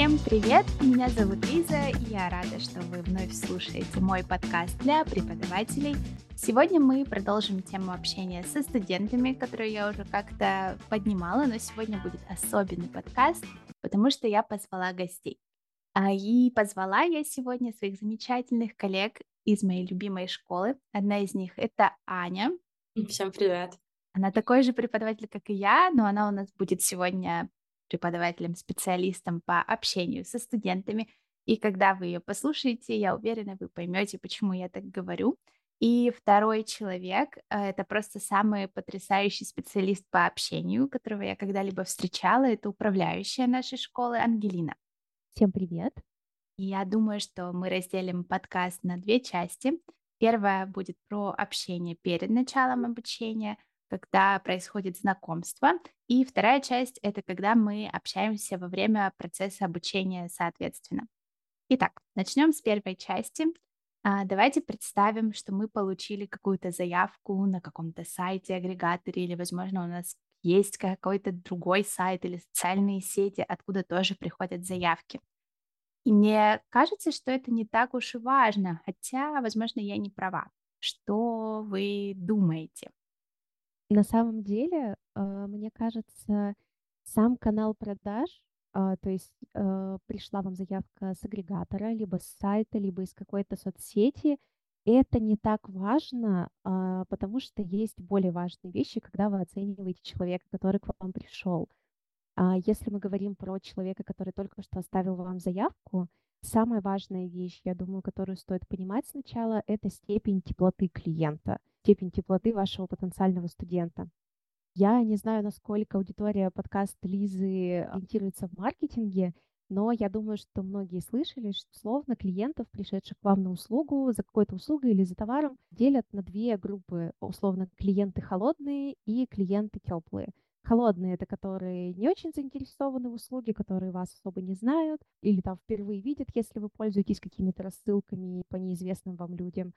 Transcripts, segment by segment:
Всем привет! Меня зовут Лиза, и я рада, что вы вновь слушаете мой подкаст для преподавателей. Сегодня мы продолжим тему общения со студентами, которую я уже как-то поднимала, но сегодня будет особенный подкаст, потому что я позвала гостей. И позвала я сегодня своих замечательных коллег из моей любимой школы. Одна из них — это Аня. Всем привет. Она такой же преподаватель, как и я, но она у нас будет сегодня преподавателем-специалистом по общению со студентами. И когда вы ее послушаете, я уверена, вы поймете, почему я так говорю. И второй человек — это просто самый потрясающий специалист по общению, которого я когда-либо встречала. Это управляющая нашей школы Ангелина. Всем привет. И я думаю, что мы разделим подкаст на две части. Первая будет про общение перед началом обучения, когда происходит знакомство. И вторая часть — это когда мы общаемся во время процесса обучения соответственно. Итак, начнем с первой части. Давайте представим, что мы получили какую-то заявку на каком-то сайте, агрегаторе, или, возможно, у нас есть какой-то другой сайт или социальные сети, откуда тоже приходят заявки. И мне кажется, что это не так уж и важно, хотя, возможно, я не права. Что вы думаете? На самом деле, мне кажется, сам канал продаж, то есть пришла вам заявка с агрегатора, либо с сайта, либо из какой-то соцсети, это не так важно, потому что есть более важные вещи, когда вы оцениваете человека, который к вам пришел. Если мы говорим про человека, который только что оставил вам заявку, самая важная вещь, я думаю, которую стоит понимать сначала, это степень теплоты клиента, степень теплоты вашего потенциального студента. Я не знаю, насколько аудитория подкаста Лизы ориентируется в маркетинге, но я думаю, что многие слышали, что условно клиентов, пришедших к вам на услугу, за какой-то услугой или за товаром, делят на две группы. Условно, клиенты холодные и клиенты теплые. Холодные — это которые не очень заинтересованы в услуге, которые вас особо не знают или там впервые видят, если вы пользуетесь какими-то рассылками по неизвестным вам людям.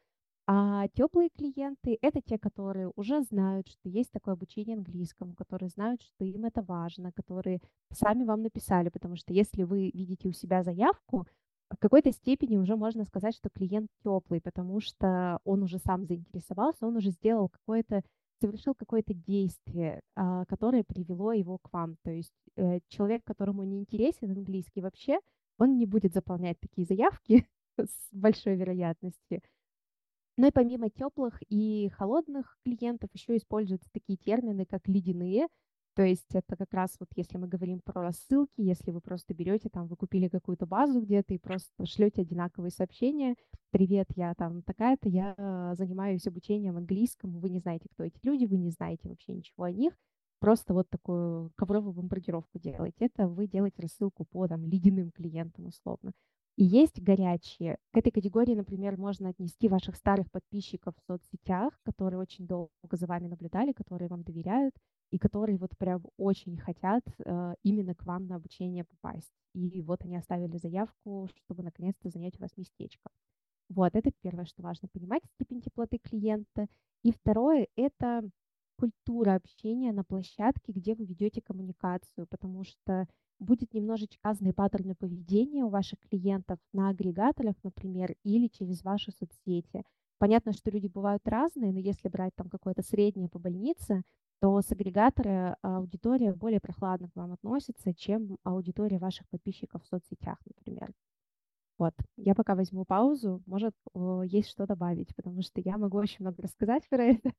А теплые клиенты — это те, которые уже знают, что есть такое обучение английскому, которые знают, что им это важно, которые сами вам написали, потому что если вы видите у себя заявку, в какой-то степени уже можно сказать, что клиент теплый, потому что он уже сам заинтересовался, он уже сделал совершил какое-то действие, которое привело его к вам. То есть человек, которому не интересен английский вообще, он не будет заполнять такие заявки с большой вероятностью. Ну и помимо теплых и холодных клиентов еще используются такие термины, как ледяные. То есть это как раз вот если мы говорим про рассылки, если вы просто берете, там, вы купили какую-то базу где-то и просто шлете одинаковые сообщения. Привет, я там такая-то, я занимаюсь обучением английскому. Вы не знаете, кто эти люди, вы не знаете вообще ничего о них. Просто вот такую ковровую бомбардировку делаете. Это вы делаете рассылку по там ледяным клиентам условно. И есть горячие. К этой категории, например, можно отнести ваших старых подписчиков в соцсетях, которые очень долго за вами наблюдали, которые вам доверяют и которые вот прям очень хотят именно к вам на обучение попасть. И вот они оставили заявку, чтобы наконец-то занять у вас местечко. Вот, это первое, что важно понимать, степень теплоты клиента. И второе — это культура общения на площадке, где вы ведете коммуникацию, потому что будет немножечко разные паттерны поведения у ваших клиентов на агрегаторах, например, или через ваши соцсети. Понятно, что люди бывают разные, но если брать там какое-то среднее по больнице, то с аудитория более прохладно к вам относится, чем аудитория ваших подписчиков в соцсетях, например. Вот, я пока возьму паузу, может, есть что добавить, потому что я могу очень много рассказать про это.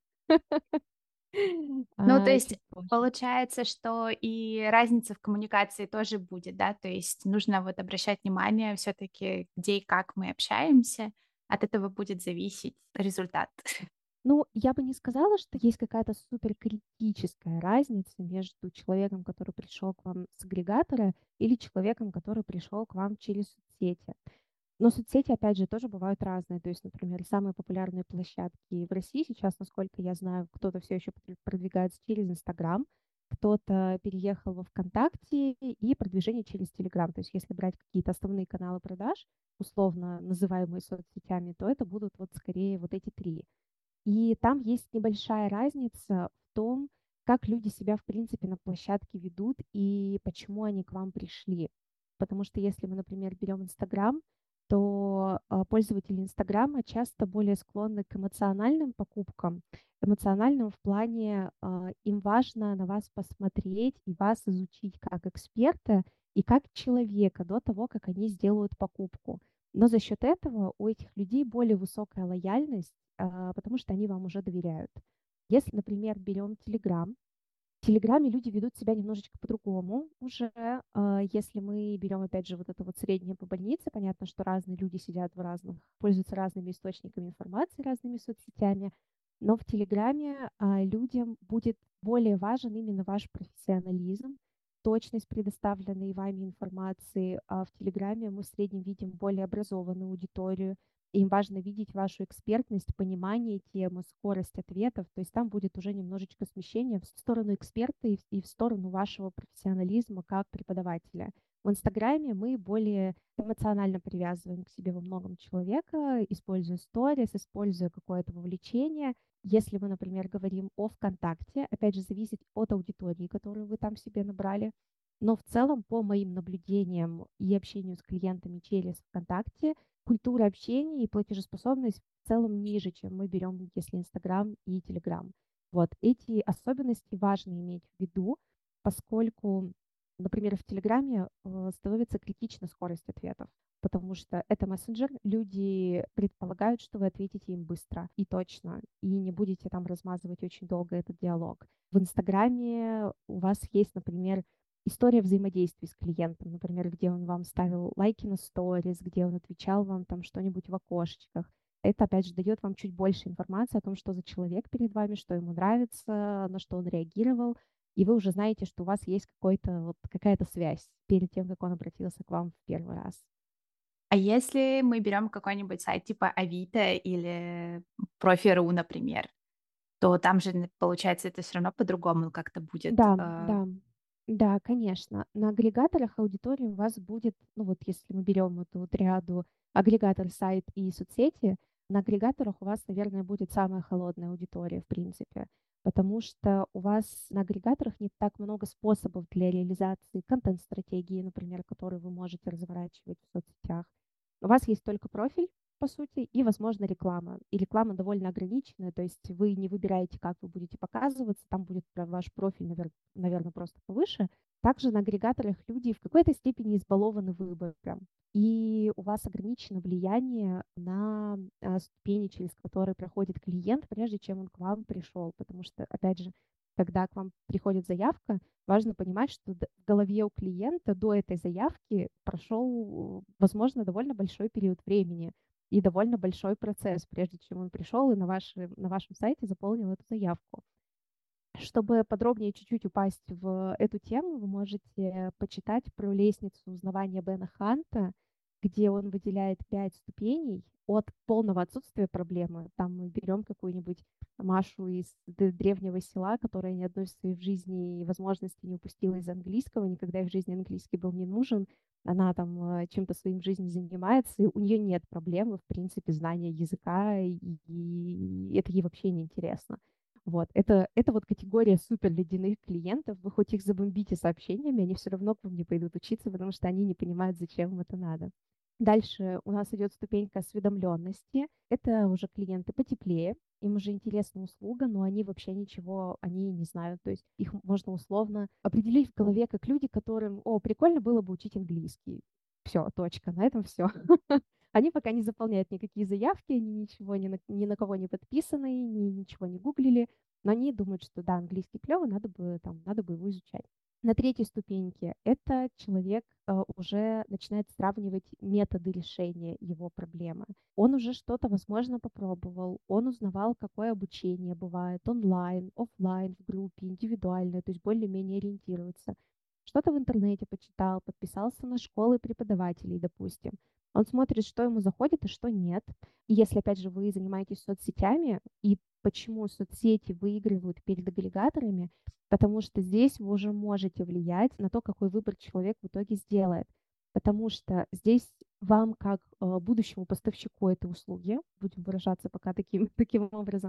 Ну, то есть Чуть позже. получается, что и разница в коммуникации тоже будет, да? То есть нужно вот обращать внимание все-таки, где и как мы общаемся. От этого будет зависеть результат. Ну, я бы не сказала, что есть какая-то супер критическая разница между человеком, который пришел к вам с агрегатора, или человеком, который пришел к вам через соцсети. Но соцсети, опять же, тоже бывают разные. То есть, например, самые популярные площадки в России сейчас, насколько я знаю, кто-то все еще продвигается через Инстаграм, кто-то переехал во ВКонтакте и продвижение через Телеграм. То есть, если брать какие-то основные каналы продаж, условно называемые соцсетями, то это будут вот скорее вот эти три. И там есть небольшая разница в том, как люди себя, в принципе, на площадке ведут и почему они к вам пришли. Потому что если мы, например, берем Инстаграм, то пользователи Инстаграма часто более склонны к эмоциональным покупкам. Эмоциональным в плане им важно на вас посмотреть и вас изучить как эксперта и как человека до того, как они сделают покупку. Но за счет этого у этих людей более высокая лояльность, потому что они вам уже доверяют. Если, например, берем Telegram, в Телеграме люди ведут себя немножечко по-другому уже. Если мы берем, опять же, вот это вот среднее по больнице, понятно, что разные люди сидят в разных, пользуются разными источниками информации, разными соцсетями, но в Телеграме людям будет более важен именно ваш профессионализм, точность предоставленной вами информации. А в Телеграме мы в среднем видим более образованную аудиторию, им важно видеть вашу экспертность, понимание темы, скорость ответов. То есть там будет уже немножечко смещение в сторону эксперта и в сторону вашего профессионализма как преподавателя. В Инстаграме мы более эмоционально привязываем к себе во многом человека, используя сторис, используя какое-то вовлечение. Если мы, например, говорим о ВКонтакте, опять же, зависит от аудитории, которую вы там себе набрали. Но в целом, по моим наблюдениям и общению с клиентами через ВКонтакте, культура общения и платежеспособность в целом ниже, чем мы берем, если Инстаграм и Телеграм. Вот эти особенности важно иметь в виду, поскольку, например, в Телеграме становится критична скорость ответов, потому что это мессенджер, люди предполагают, что вы ответите им быстро и точно, и не будете там размазывать очень долго этот диалог. В Инстаграме у вас есть, например, история взаимодействия с клиентом, например, где он вам ставил лайки на сторис, где он отвечал вам там что-нибудь в окошечках. Это, опять же, дает вам чуть больше информации о том, что за человек перед вами, что ему нравится, на что он реагировал, и вы уже знаете, что у вас есть вот какая-то связь перед тем, как он обратился к вам в первый раз. А если мы берем какой-нибудь сайт типа Авито или Профи.ру, например, то там же, получается, это все равно по-другому как-то будет. Да, да, да, конечно. На агрегаторах аудитория у вас будет, ну вот если мы берем эту вот ряду агрегатор, сайт и соцсети, на агрегаторах у вас, наверное, будет самая холодная аудитория, в принципе, потому что у вас на агрегаторах не так много способов для реализации контент-стратегии, например, которую вы можете разворачивать в соцсетях. У вас есть только профиль, по сути, и, возможно, реклама. И реклама довольно ограниченная, то есть вы не выбираете, как вы будете показываться, там будет ваш профиль, наверное, просто повыше. Также на агрегаторах люди в какой-то степени избалованы выбором, и у вас ограничено влияние на ступени, через которые проходит клиент, прежде чем он к вам пришел, потому что, опять же, когда к вам приходит заявка, важно понимать, что в голове у клиента до этой заявки прошел, возможно, довольно большой период времени и довольно большой процесс, прежде чем он пришел и на вашем сайте заполнил эту заявку. Чтобы подробнее чуть-чуть упасть в эту тему, вы можете почитать про лестницу узнавания Бена Ханта, где он выделяет 5 ступеней от полного отсутствия проблемы. Там мы берем какую-нибудь Машу из древнего села, которая ни одной в своей жизни возможности не упустила из английского, никогда в жизни английский был не нужен. Она там чем-то своим в жизни занимается, и у нее нет проблемы, в принципе, знания языка, и это ей вообще не интересно. Вот, это вот категория супер ледяных клиентов. Вы хоть их забомбите сообщениями, они все равно к вам не пойдут учиться, потому что они не понимают, зачем им это надо. Дальше у нас идет ступенька осведомленности. Это уже клиенты потеплее, им уже интересна услуга, но они вообще ничего, они не знают. То есть их можно условно определить в голове как люди, которым, о, прикольно было бы учить английский. Все, точка, на этом все. Они пока не заполняют никакие заявки, они ничего ни на кого не подписаны, ничего не гуглили, но они думают, что да, английский клевый, надо бы его изучать. На третьей ступеньке это человек уже начинает сравнивать методы решения его проблемы. Он уже что-то, возможно, попробовал, он узнавал, какое обучение бывает онлайн, оффлайн, в группе, индивидуальное, то есть более-менее ориентируется. Что-то в интернете почитал, подписался на школы преподавателей, допустим. Он смотрит, что ему заходит и что нет. И если, опять же, вы занимаетесь соцсетями, и почему соцсети выигрывают перед агрегаторами, потому что здесь вы уже можете влиять на то, какой выбор человек в итоге сделает. Потому что здесь вам, как будущему поставщику этой услуги, будем выражаться пока таким образом,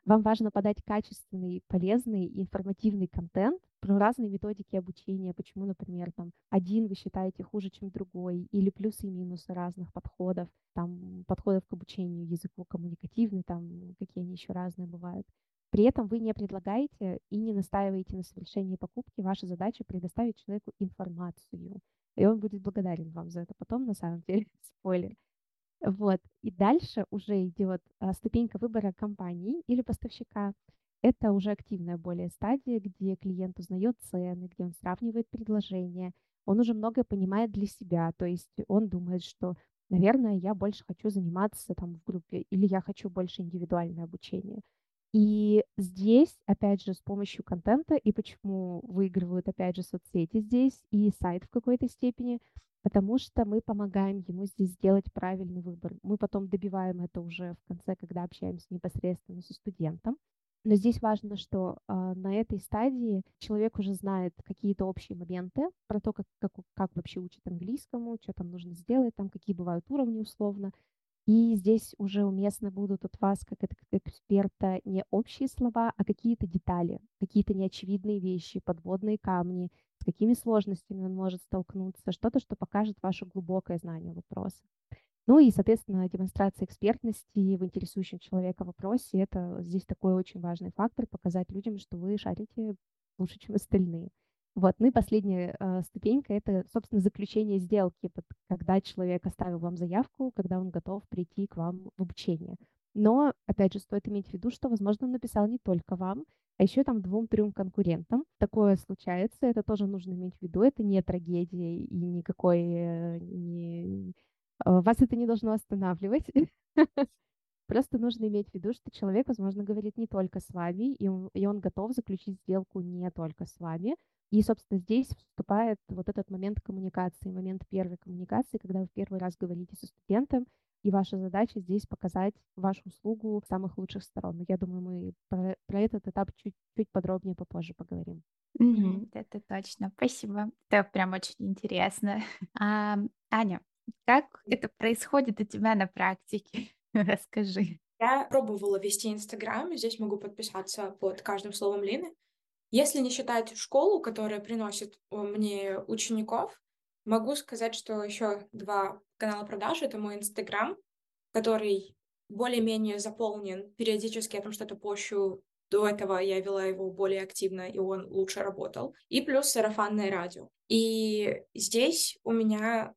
Вам важно подать качественный, полезный и информативный контент про разные методики обучения, почему, например, там один вы считаете хуже, чем другой, или плюсы и минусы разных подходов, там подходов к обучению языку коммуникативный, там какие они еще разные бывают. При этом вы не предлагаете и не настаиваете на совершении покупки. Ваша задача предоставить человеку информацию, и он будет благодарен вам за это потом, на самом деле, спойлер. Вот. И дальше уже идет ступенька выбора компании или поставщика. Это уже активная более стадия, где клиент узнает цены, где он сравнивает предложения. Он уже многое понимает для себя. То есть он думает, что, наверное, я больше хочу заниматься там в группе или я хочу больше индивидуальное обучение. И здесь, опять же, с помощью контента, и почему выигрывают, опять же, соцсети здесь и сайт в какой-то степени, потому что мы помогаем ему здесь сделать правильный выбор. Мы потом добиваем это уже в конце, когда общаемся непосредственно со студентом. Но здесь важно, что на этой стадии человек уже знает какие-то общие моменты про то, как вообще учат английскому, что там нужно сделать, там какие бывают уровни условно. И здесь уже уместно будут от вас, как это как эксперта, не общие слова, а какие-то детали, какие-то неочевидные вещи, подводные камни, с какими сложностями он может столкнуться, что-то, что покажет ваше глубокое знание вопроса. Ну и, соответственно, демонстрация экспертности в интересующем человека вопросе — это здесь такой очень важный фактор — показать людям, что вы шарите лучше, чем остальные. Вот. Ну и последняя ступенька — это, собственно, заключение сделки, когда человек оставил вам заявку, когда он готов прийти к вам в обучение. Но, опять же, стоит иметь в виду, что, возможно, он написал не только вам, а еще там 2-3 конкурентам. Такое случается, это тоже нужно иметь в виду. Это не трагедия и никакой не вас это не должно останавливать. Просто нужно иметь в виду, что человек, возможно, говорит не только с вами, и он готов заключить сделку не только с вами. И, собственно, здесь вступает вот этот момент коммуникации, момент первой коммуникации, когда вы в первый раз говорите со студентом, и ваша задача здесь показать вашу услугу с самых лучших сторон. Но я думаю, мы про этот этап чуть подробнее попозже поговорим. Мгм. Это точно. Спасибо. Это прям очень интересно. Аня, как это происходит у тебя на практике? Расскажи. Я пробовала вести Инстаграм, и здесь могу подписаться под каждым словом Лины. Если не считать школу, которая приносит мне учеников, могу сказать, что еще 2 канала продаж — это мой Инстаграм, который более-менее заполнен. Периодически я там что-то пощу. До этого я вела его более активно, и он лучше работал. И плюс сарафанное радио. И здесь у меня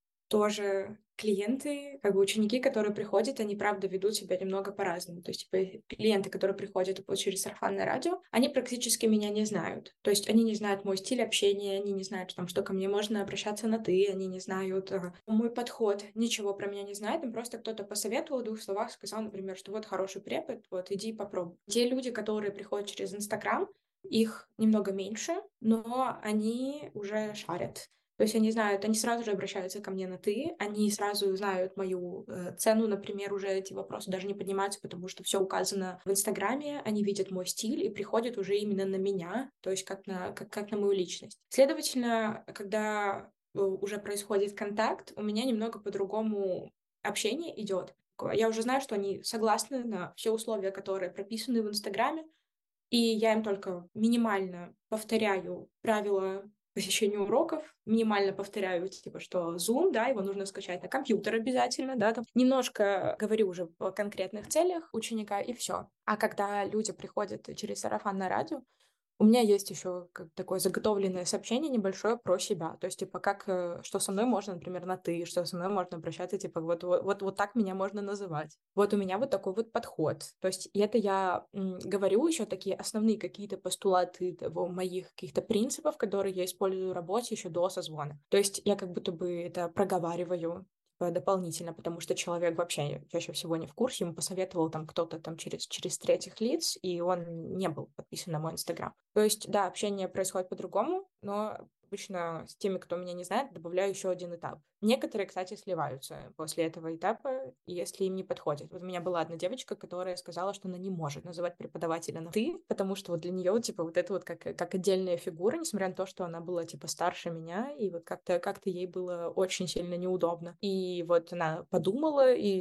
тоже клиенты, как бы ученики, которые приходят, они, правда, ведут себя немного по-разному. То есть, типа, клиенты, которые приходят через сарафанное радио, они практически меня не знают. То есть они не знают мой стиль общения, они не знают, там, что ко мне можно обращаться на «ты», они не знают мой подход, ничего про меня не знают. Им просто кто-то посоветовал в 2 словах, сказал, например, что вот хороший препод, вот иди попробуй. Те люди, которые приходят через Инстаграм, их немного меньше, но они уже шарят. То есть они знают, они сразу же обращаются ко мне на «ты», они сразу знают мою цену, например, уже эти вопросы даже не поднимаются, потому что все указано в Инстаграме, они видят мой стиль и приходят уже именно на меня, то есть как на мою личность. Следовательно, когда уже происходит контакт, у меня немного по-другому общение идет. Я уже знаю, что они согласны на все условия, которые прописаны в Инстаграме, и я им только минимально повторяю правила посещения уроков, минимально повторяю, типа, что Zoom, да, его нужно скачать на компьютер обязательно, да, там. Немножко говорю уже о конкретных целях ученика, и все. А когда люди приходят через сарафанное радио, у меня есть еще такое заготовленное сообщение небольшое про себя. То есть, типа, что со мной можно, например, на «ты», что со мной можно обращаться, типа, вот так меня можно называть. Вот у меня вот такой вот подход. То есть, и это я говорю еще такие основные какие-то постулаты моих каких-то принципов, которые я использую в работе еще до созвона. То есть, я как будто бы это проговариваю дополнительно, потому что человек вообще чаще всего не в курсе, ему посоветовал там кто-то там через третьих лиц, и он не был подписан на мой Инстаграм. То есть, да, общение происходит по-другому, но обычно с теми, кто меня не знает, добавляю еще один этап. Некоторые, кстати, сливаются после этого этапа, если им не подходит. Вот у меня была одна девочка, которая сказала, что она не может называть преподавателя на «ты», потому что вот для нее, типа, вот это вот как отдельная фигура, несмотря на то, что она была, типа, старше меня, и вот как-то ей было очень сильно неудобно. И вот она подумала и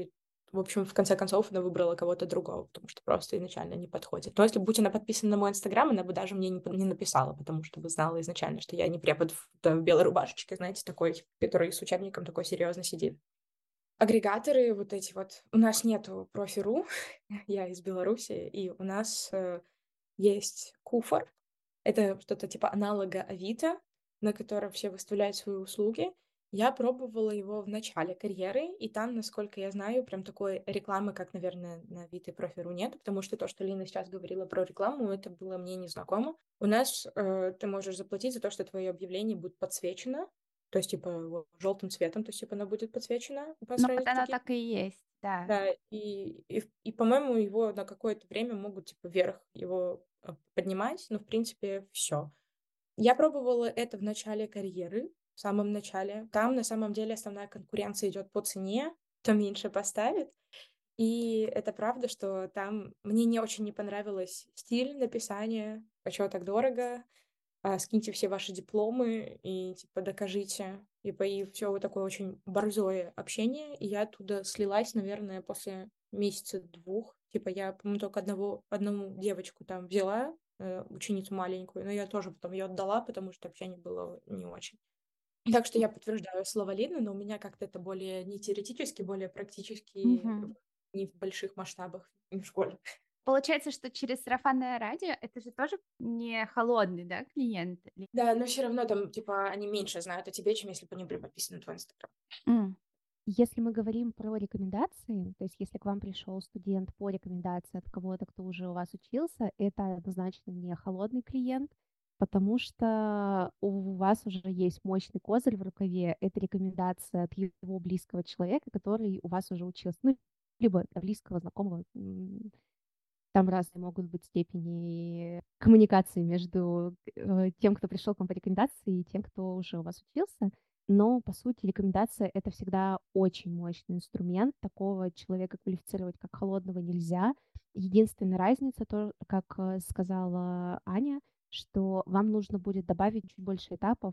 в общем, в конце концов, она выбрала кого-то другого, потому что просто изначально не подходит. Но если бы будь она подписана на мой Инстаграм, она бы даже мне не написала, потому что бы знала изначально, что я не препод в белой рубашечке, знаете, такой, который с учебником такой серьезно сидит. Агрегаторы вот эти вот. У нас нету профи.ру, я из Беларуси, и у нас есть Куфор. Это что-то типа аналога Авито, на котором все выставляют свои услуги. Я пробовала его в начале карьеры, и там, насколько я знаю, прям такой рекламы, как, наверное, на Авито и Профи.ру нет, потому что то, что Лина сейчас говорила про рекламу, это было мне незнакомо. У нас ты можешь заплатить за то, что твое объявление будет подсвечено, то есть, типа, желтым цветом, то есть, типа, оно будет подсвечено по Ну, сравнению вот с оно другими. так и есть, да. Да, и, по-моему, его на какое-то время могут, типа, вверх его поднимать, но, в принципе, все. Я пробовала это в начале карьеры, в самом начале. Там, на самом деле, основная конкуренция идет по цене, кто меньше поставит. И это правда, что там мне не очень не понравилось стиль написания, а чё так дорого, скиньте все ваши дипломы и, типа, докажите. И все вот такое очень борзое общение. И я оттуда слилась, наверное, после месяца 2. Типа, я, по-моему, только одну девочку там взяла, ученицу маленькую, но я тоже потом ее отдала, потому что общение было не очень. Так что я подтверждаю слова Лины, но у меня как-то это более не теоретически, более практически, Мгм. не в больших масштабах, не в школе. Получается, что через сарафанное радио это же тоже не холодный, да, клиент? Да, но все равно там, типа, они меньше знают о тебе, чем если бы они были подписаны на твой Инстаграм. М. Если мы говорим про рекомендации, то есть если к вам пришел студент по рекомендации от кого-то, кто уже у вас учился, это однозначно не холодный клиент, потому что у вас уже есть мощный козырь в рукаве. Это рекомендация от его близкого человека, который у вас уже учился. Ну, либо от близкого, знакомого. Там разные могут быть степени коммуникации между тем, кто пришел к вам по рекомендации, и тем, кто уже у вас учился. Но, по сути, рекомендация — это всегда очень мощный инструмент. Такого человека квалифицировать как холодного нельзя. Единственная разница, то, как сказала Аня, что вам нужно будет добавить чуть больше этапов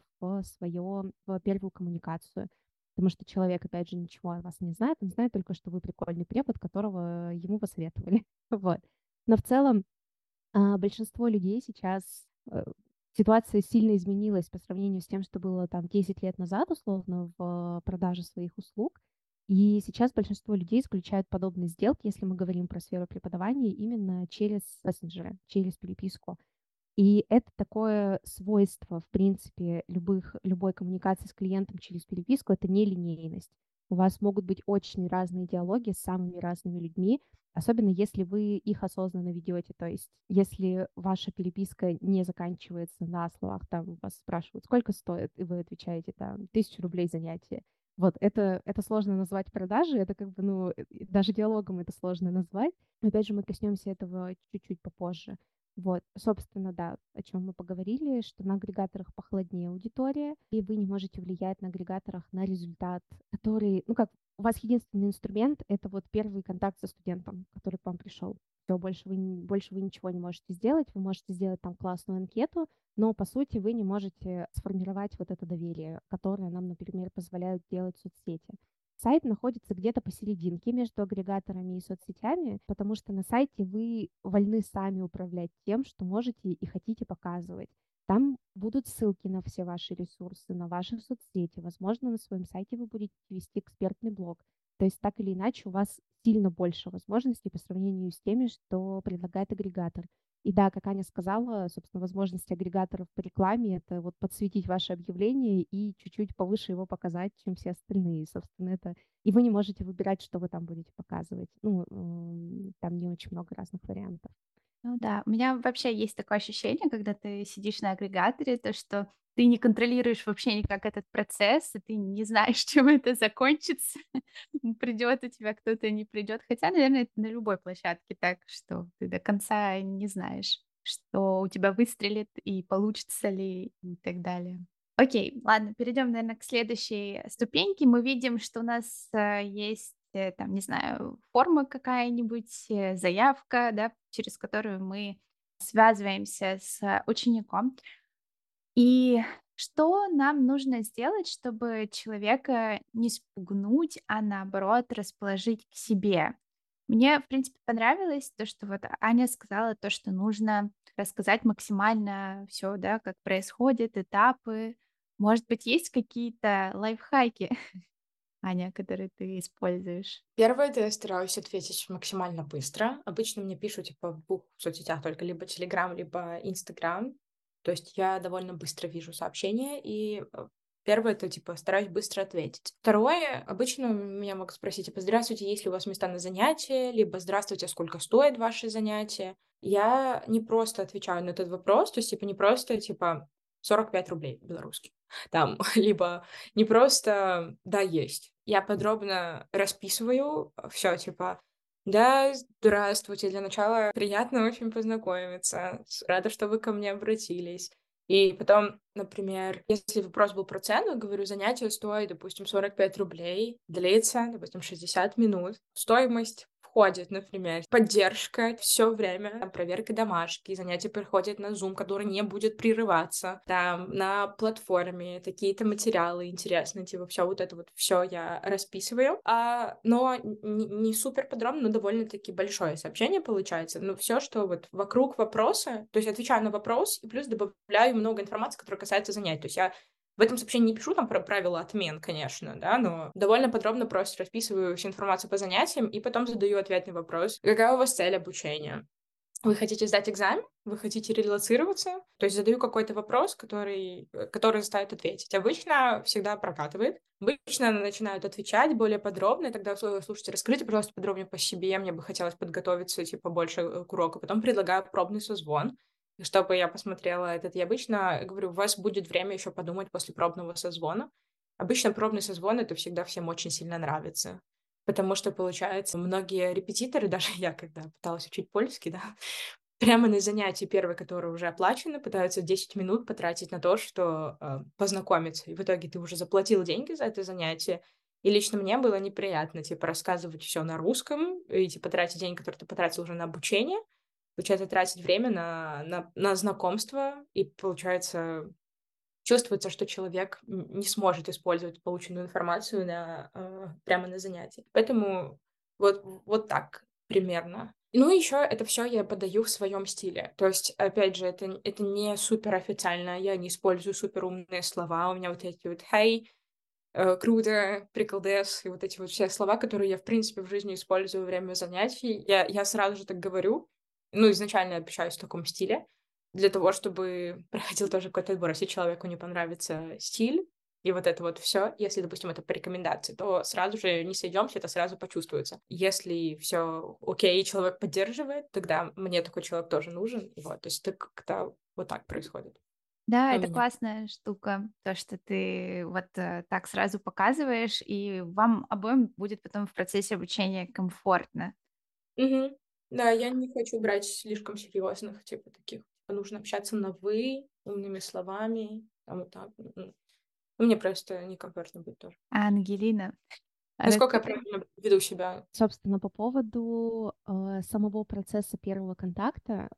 в первую коммуникацию. Потому что человек, опять же, ничего о вас не знает. Он знает только, что вы прикольный препод, которого ему посоветовали. Вот. Но в целом большинство людей сейчас ситуация сильно изменилась по сравнению с тем, что было там 10 лет назад, условно, в продаже своих услуг. И сейчас большинство людей исключают подобные сделки, если мы говорим про сферу преподавания, именно через мессенджеры, через переписку. И это такое свойство, в принципе, любой коммуникации с клиентом через переписку — это нелинейность. У вас могут быть очень разные диалоги с самыми разными людьми, особенно если вы их осознанно ведете. То есть если ваша переписка не заканчивается на словах, там вас спрашивают, сколько стоит, и вы отвечаете, там, 1000 рублей занятие. Вот это сложно назвать продажей, это как бы, ну, даже диалогом это сложно назвать. Опять же, мы коснемся этого чуть-чуть попозже. Вот, собственно, да, о чем мы поговорили, что на агрегаторах похолоднее аудитория, и вы не можете влиять на агрегаторах на результат, который, ну как, у вас единственный инструмент — это вот первый контакт со студентом, который к вам пришел. Все, больше вы ничего не можете сделать. Вы можете сделать там классную анкету, но, по сути, вы не можете сформировать вот это доверие, которое нам, например, позволяют делать соцсети. Сайт находится где-то посерединке между агрегаторами и соцсетями, потому что на сайте вы вольны сами управлять тем, что можете и хотите показывать. Там будут ссылки на все ваши ресурсы, на ваши соцсети. Возможно, на своем сайте вы будете вести экспертный блог. То есть так или иначе у вас сильно больше возможностей по сравнению с теми, что предлагает агрегатор. И да, как Аня сказала, собственно, возможности агрегаторов по рекламе — это вот подсветить ваше объявление и чуть-чуть повыше его показать, чем все остальные. Собственно, это... И вы не можете выбирать, что вы там будете показывать. Ну, там не очень много разных вариантов. Ну да, у меня вообще есть такое ощущение, когда ты сидишь на агрегаторе, то, что ты не контролируешь вообще никак этот процесс, и ты не знаешь, чем это закончится. Придет у тебя кто-то, не придет. Хотя, наверное, это на любой площадке так, что ты до конца не знаешь, что у тебя выстрелит и получится ли и так далее. Окей, ладно, перейдем, наверное, к следующей ступеньке. Мы видим, что у нас есть, там, не знаю, форма какая-нибудь, заявка, да, через которую мы связываемся с учеником. И Что нам нужно сделать, чтобы человека не спугнуть, а наоборот расположить к себе? Мне, в принципе, понравилось то, что вот Аня сказала, то, что нужно рассказать максимально все, да, как происходит, этапы. Может быть, есть какие-то лайфхаки, Аня, которые ты используешь? Первое, это я стараюсь ответить максимально быстро. Обычно мне пишут, типа, в двух соцсетях только, либо Telegram, либо Instagram. То есть я довольно быстро вижу сообщения, и первое, это, типа, стараюсь быстро ответить. Второе, обычно меня могут спросить, типа, здравствуйте, есть ли у вас места на занятия, либо здравствуйте, сколько стоит ваше занятие. Я не просто отвечаю на этот вопрос, то есть, типа, не просто, типа, 45 рублей белорусских, там, либо не просто «да, есть». Я подробно расписываю все типа «да, здравствуйте, для начала приятно очень познакомиться, рада, что вы ко мне обратились». И потом, например, если вопрос был про цену, говорю, занятие стоит, допустим, 45 рублей, длится, допустим, 60 минут. Стоимость входит, например, поддержка все время, там, проверка домашки, занятия проходят на Zoom, который не будет прерываться, там, на платформе, какие-то материалы интересные, типа, все вот это вот, все я расписываю, но не супер подробно, но довольно-таки большое сообщение получается, но все, что вот вокруг вопроса, то есть отвечаю на вопрос и плюс добавляю много информации, которая касается занятий, то есть я в этом сообщении не пишу там про правила отмен, конечно, да, но довольно подробно просто расписываю всю информацию по занятиям и потом задаю ответный вопрос. Какая у вас цель обучения? Вы хотите сдать экзамен? Вы хотите релоцироваться? То есть задаю какой-то вопрос, который заставит ответить. Обычно всегда прокатывает. Обычно начинают отвечать более подробно, и тогда слушайте, расскажите, пожалуйста, подробнее по себе, мне бы хотелось подготовиться, типа, больше к уроку. Потом предлагаю пробный созвон, чтобы я посмотрела этот. Я обычно говорю, у вас будет время еще подумать после пробного созвона. Обычно пробный созвон — это всегда всем очень сильно нравится. Потому что, получается, многие репетиторы, даже я, когда пыталась учить польский, да, прямо на занятии первое, которое уже оплачено, пытаются 10 минут потратить на то, что познакомиться. И в итоге ты уже заплатил деньги за это занятие. И лично мне было неприятно, типа, рассказывать все на русском и, типа, тратить деньги, которые ты потратил уже на обучение, получается, тратить время на знакомство, и, получается, чувствуется, что человек не сможет использовать полученную информацию прямо на занятии. Поэтому вот так примерно. Ну, еще это все я подаю в своем стиле. То есть, опять же, это не супер официально, я не использую супер умные слова. У меня вот эти вот «hey», «круто», «приколдес» и вот эти вот все слова, которые я, в принципе, в жизни использую во время занятий. Я сразу же так говорю. Ну, изначально я общаюсь в таком стиле для того, чтобы проходил тоже какой-то отбор. Если человеку не понравится стиль и вот это вот все, если, допустим, это по рекомендации, то сразу же не сойдемся, это сразу почувствуется. Если все окей, и человек поддерживает, тогда мне такой человек тоже нужен. Вот, то есть это как-то вот так происходит Да, у это меня. классная штука, то, что ты вот так сразу показываешь, и вам обоим будет потом в процессе обучения комфортно. Мгм. Да, я не хочу брать слишком серьезных, типа таких. Нужно общаться на «вы», умными словами, там вот так. Ну, мне просто некомфортно будет тоже. А Ангелина, Насколько я расскажи. правильно веду себя? Собственно, по поводу самого процесса первого контакта,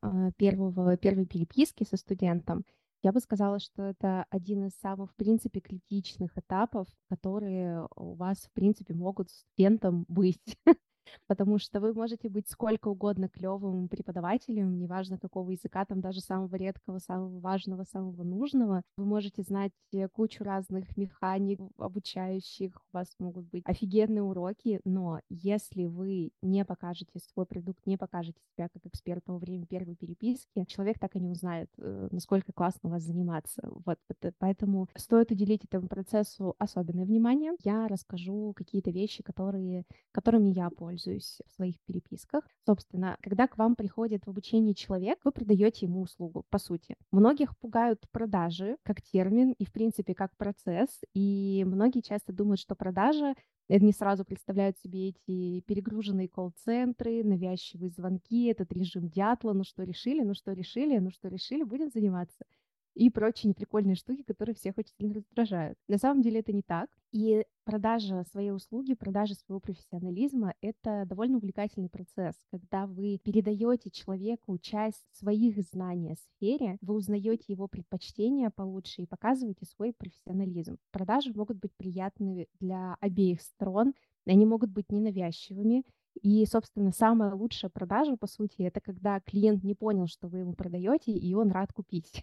первой переписки со студентом, я бы сказала, что это один из самых, в принципе, критичных этапов, которые у вас, в принципе, могут с студентом быть. Потому что вы можете быть сколько угодно клевым преподавателем, неважно какого языка, там даже самого редкого, самого важного, самого нужного. Вы можете знать кучу разных механик обучающих, у вас могут быть офигенные уроки, но если вы не покажете свой продукт, не покажете себя как эксперта во время первой переписки, человек так и не узнает, насколько классно у вас заниматься. Поэтому стоит уделить этому процессу особенное внимание. Я расскажу какие-то вещи, которыми я пользуюсь в своих переписках. Собственно, когда к вам приходит в обучение человек, вы продаете ему услугу, по сути. Многих пугают продажи как термин и, в принципе, как процесс, и многие часто думают, что продажа они сразу представляют себе эти перегруженные колл-центры, навязчивые звонки, этот режим дятла, ну что решили, ну что решили, ну что решили, будем заниматься. и прочие неприкольные штуки, которые всех очень сильно раздражают. На самом деле это не так. И продажа своей услуги, продажа своего профессионализма — это довольно увлекательный процесс. Когда вы передаете человеку часть своих знаний о сфере, вы узнаете его предпочтения получше и показываете свой профессионализм. Продажи могут быть приятны для обеих сторон, они могут быть ненавязчивыми. И, собственно, самая лучшая продажа, по сути, это когда клиент не понял, что вы ему продаете, и он рад купить.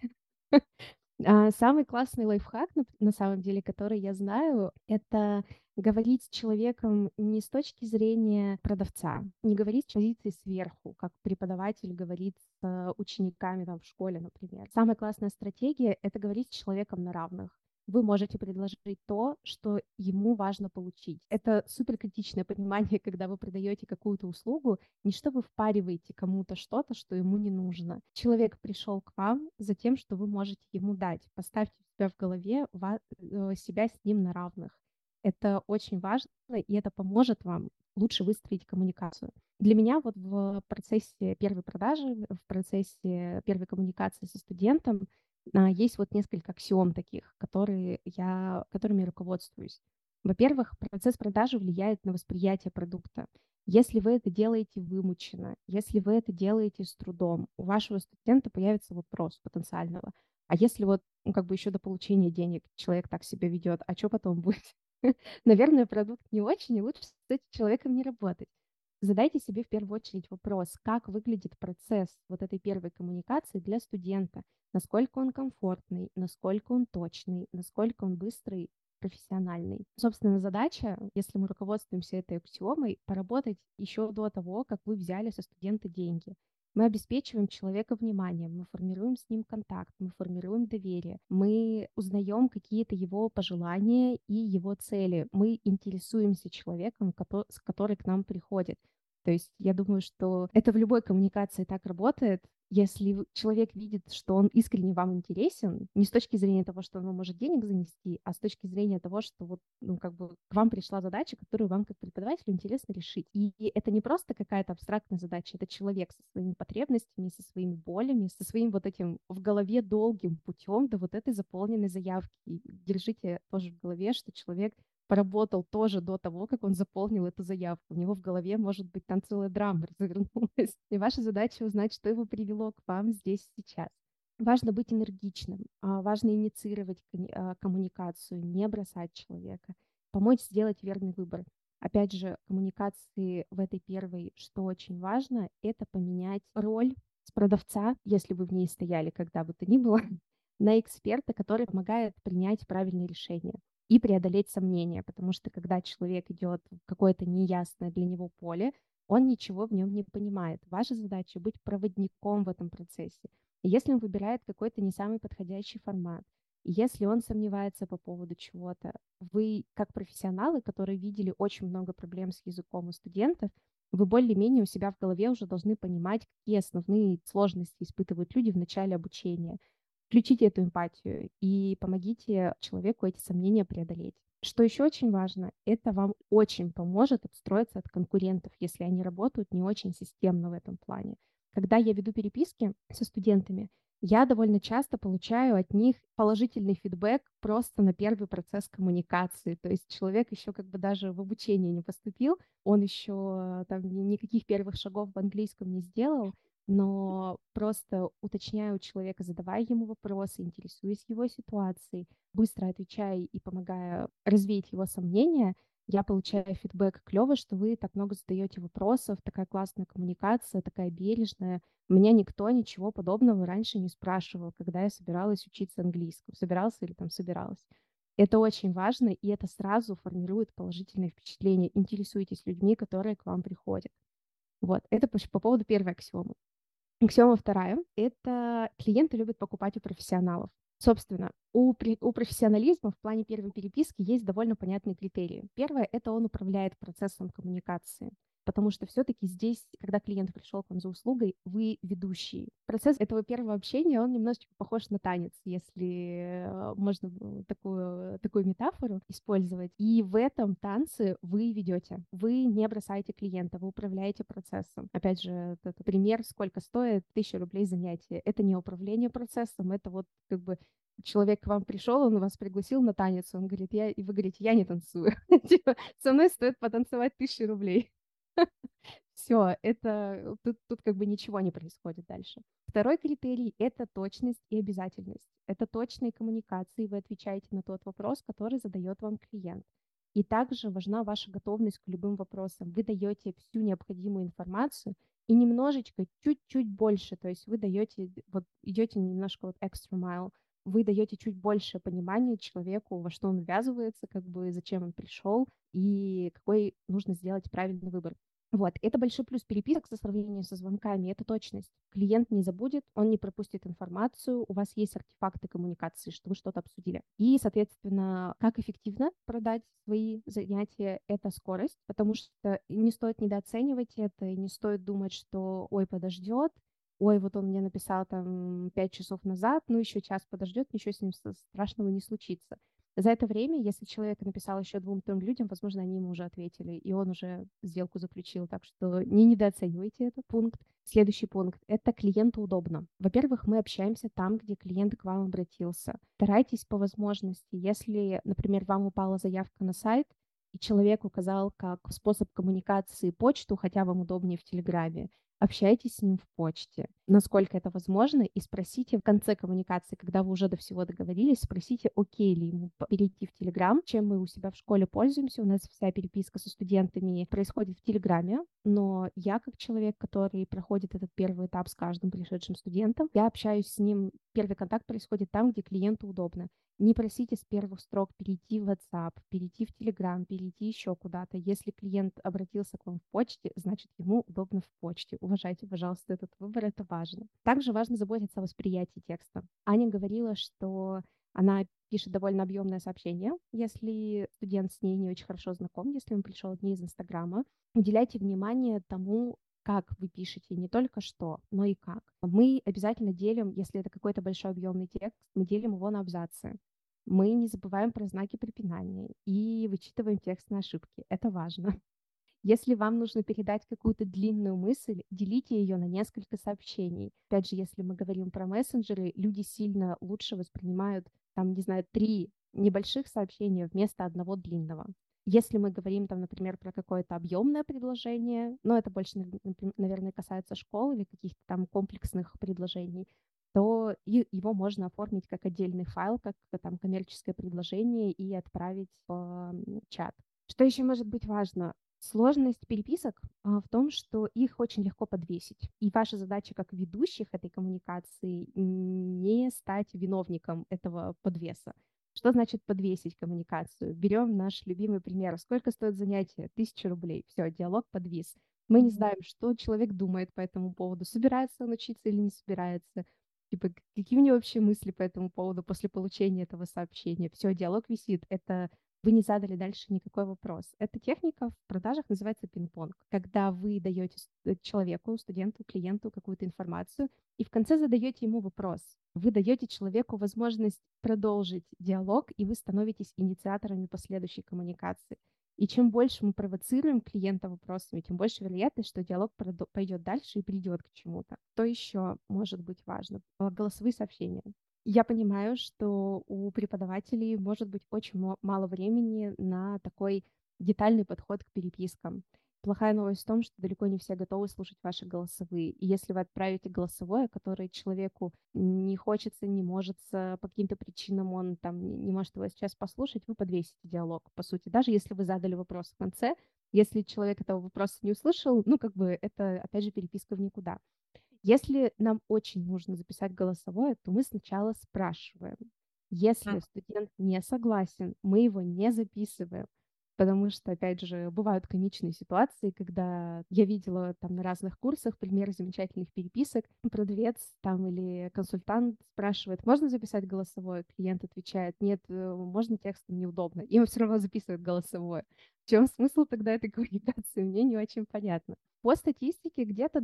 Самый классный лайфхак, на самом деле, который я знаю, это говорить с человеком не с точки зрения продавца, не говорить с позиции сверху, как преподаватель говорит с учениками там, в школе, например. Самая классная стратегия — это говорить с человеком на равных. Вы можете предложить то, что ему важно получить. Это суперкритичное понимание, когда вы продаете какую-то услугу, не что вы впариваете кому-то что-то, что ему не нужно. Человек пришел к вам за тем, что вы можете ему дать. Поставьте себя в голове себя с ним на равных. Это очень важно, и это поможет вам лучше выстроить коммуникацию. Для меня вот в процессе первой продажи, в процессе первой коммуникации со студентом есть вот несколько аксиом таких, которыми я руководствуюсь. Во-первых, процесс продажи влияет на восприятие продукта. Если вы это делаете вымученно, если вы это делаете с трудом, у вашего студента появится вопрос потенциального. А если вот как бы еще до получения денег человек так себя ведет, а что потом будет? Наверное, продукт не очень, и лучше с этим человеком не работать. Задайте себе в первую очередь вопрос, как выглядит процесс вот этой первой коммуникации для студента, насколько он комфортный, насколько он точный, насколько он быстрый, профессиональный. Собственно, задача, если мы руководствуемся этой аксиомой, поработать еще до того, как вы взяли со студента деньги. Мы обеспечиваем человека вниманием, мы формируем с ним контакт, мы формируем доверие, мы узнаем какие-то его пожелания и его цели, мы интересуемся человеком, который к нам приходит. То есть я думаю, что это в любой коммуникации так работает. Если человек видит, что он искренне вам интересен, не с точки зрения того, что он вам может денег занести, а с точки зрения того, что вот, ну, как бы к вам пришла задача, которую вам как преподавателю интересно решить. И это не просто какая-то абстрактная задача, это человек со своими потребностями, со своими болями, со своим вот этим в голове долгим путем до вот этой заполненной заявки. И держите тоже в голове, что человек поработал тоже до того, как он заполнил эту заявку. У него в голове, может быть, там целая драма развернулась. И ваша задача узнать, что его привело к вам здесь сейчас. Важно быть энергичным, важно инициировать коммуникацию, не бросать человека, помочь сделать верный выбор. Опять же, коммуникации в этой первой, что очень важно, это поменять роль с продавца, если вы в ней стояли, когда бы то ни было, на эксперта, который помогает принять правильное решение и преодолеть сомнения, потому что когда человек идет в какое-то неясное для него поле, он ничего в нем не понимает. Ваша задача — быть проводником в этом процессе. И если он выбирает какой-то не самый подходящий формат, и если он сомневается по поводу чего-то, вы, как профессионалы, которые видели очень много проблем с языком у студентов, вы более-менее у себя в голове уже должны понимать, какие основные сложности испытывают люди в начале обучения. Включите эту эмпатию и помогите человеку эти сомнения преодолеть. Что еще очень важно, это вам очень поможет отстроиться от конкурентов, если они работают не очень системно в этом плане. Когда я веду переписки со студентами, я довольно часто получаю от них положительный фидбэк просто на первый процесс коммуникации. То есть человек еще как бы даже в обучение не поступил, он еще там никаких первых шагов в английском не сделал, но просто уточняя у человека, задавая ему вопросы, интересуясь его ситуацией, быстро отвечая и помогая развеять его сомнения, я получаю фидбэк клево, что вы так много задаете вопросов, такая классная коммуникация, такая бережная. Меня никто ничего подобного раньше не спрашивал, когда я собиралась учиться английскому. Собирался или там собиралась. Это очень важно, и это сразу формирует положительное впечатление. Интересуйтесь людьми, которые к вам приходят. Вот, это по поводу первой аксиомы. Аксиома вторая — это клиенты любят покупать у профессионалов. Собственно, у профессионализма в плане первой переписки есть довольно понятные критерии. Первое — это он управляет процессом коммуникации. потому что все-таки здесь, когда клиент пришел к вам за услугой, вы ведущий. Процесс этого первого общения, он немножечко похож на танец, если можно такую метафору использовать. И в этом танце вы ведете. Вы не бросаете клиента, вы управляете процессом. Опять же, этот пример, сколько стоит 1000 рублей занятие. Это не управление процессом, это вот как бы человек к вам пришел, он вас пригласил на танец, он говорит, и вы говорите, я не танцую. Типа, со мной стоит потанцевать 1000 рублей. Все, тут как бы ничего не происходит дальше. Второй критерий — это точность и обязательность. Это точные коммуникации, вы отвечаете на тот вопрос, который задает вам клиент. И также важна ваша готовность к любым вопросам. Вы даете всю необходимую информацию и немножечко, чуть-чуть больше, то есть вы даете, вот идете немножко вот extra mile, вы даете чуть больше понимания человеку, во что он ввязывается, как бы зачем он пришел и какой нужно сделать правильный выбор. Вот, это большой плюс переписок со сравнением со звонками, это точность. Клиент не забудет, он не пропустит информацию, у вас есть артефакты коммуникации, что вы что-то обсудили. И, соответственно, как эффективно продать свои занятия — это скорость, потому что не стоит недооценивать это, и не стоит думать, что ой, подождет, ой, вот он мне написал там 5 часов назад, ну еще час подождет, ничего с ним страшного не случится. За это время, если человек написал еще 2-3 людям, возможно, они ему уже ответили, и он уже сделку заключил. Так что не недооценивайте этот пункт. Следующий пункт — это клиенту удобно. Во-первых, мы общаемся там, где клиент к вам обратился. Старайтесь по возможности, если, например, вам упала заявка на сайт, и человек указал как способ коммуникации почту, хотя вам удобнее в Телеграме, общайтесь с ним в почте, насколько это возможно, и спросите в конце коммуникации, когда вы уже до всего договорились, спросите, окей ли ему перейти в Телеграм, чем мы у себя в школе пользуемся. У нас вся переписка со студентами происходит в Телеграме, но я, как человек, который проходит этот первый этап с каждым пришедшим студентом, я общаюсь с ним, первый контакт происходит там, где клиенту удобно. Не просите с первых строк перейти в WhatsApp, перейти в Telegram, перейти еще куда-то. Если клиент обратился к вам в почте, значит, ему удобно в почте. Уважайте, пожалуйста, этот выбор, это важно. Также важно заботиться о восприятии текста. Аня говорила, что она пишет довольно объемное сообщение, если студент с ней не очень хорошо знаком, если он пришел не из Инстаграма. Уделяйте внимание тому, как вы пишете, не только что, но и как. Мы обязательно делим, если это какой-то большой объемный текст, мы делим его на абзацы. Мы не забываем про знаки препинания и вычитываем текст на ошибки. Это важно. Если вам нужно передать какую-то длинную мысль, делите ее на несколько сообщений. Опять же, если мы говорим про мессенджеры, люди сильно лучше воспринимают, там, не знаю, 3 небольших сообщения вместо одного длинного. Если мы говорим, там, например, про какое-то объемное предложение, но это больше, наверное, касается школ или каких-то там комплексных предложений, то его можно оформить как отдельный файл, как там коммерческое предложение и отправить в чат. Что еще может быть важно? Сложность переписок в том, что их очень легко подвесить. И ваша задача как ведущих этой коммуникации не стать виновником этого подвеса. Что значит подвесить коммуникацию? Берем наш любимый пример. Сколько стоит занятие? 1000 рублей. Все, диалог подвис. Мы не знаем, что человек думает по этому поводу. Собирается он учиться или не собирается. Типа, какие у него вообще мысли по этому поводу после получения этого сообщения. Все, диалог висит. Это вы не задали дальше никакой вопрос. Эта техника в продажах называется пинг-понг. Когда вы даете человеку, студенту, клиенту какую-то информацию, и в конце задаете ему вопрос. Вы даете человеку возможность продолжить диалог, и вы становитесь инициаторами последующей коммуникации. И чем больше мы провоцируем клиента вопросами, тем больше вероятность, что диалог пойдет дальше и придет к чему-то. Что еще может быть важно? Голосовые сообщения. Я понимаю, что у преподавателей может быть очень мало времени на такой детальный подход к перепискам. Плохая новость в том, что далеко не все готовы слушать ваши голосовые. И если вы отправите голосовое, которое человеку не хочется, не может, по каким-то причинам он там не может его сейчас послушать, вы подвесите диалог, по сути. Даже если вы задали вопрос в конце, если человек этого вопроса не услышал, ну, как бы это, опять же, переписка в никуда. Если нам очень нужно записать голосовое, то мы сначала спрашиваем. Если студент не согласен, мы его не записываем. потому что, опять же, бывают комичные ситуации, когда я видела там на разных курсах примеры замечательных переписок. Продавец там или консультант спрашивает, можно записать голосовое? Клиент отвечает, нет, можно текстом, неудобно. Им все равно записывают голосовое. В чем смысл тогда этой коммуникации? Мне не очень понятно. По статистике, где-то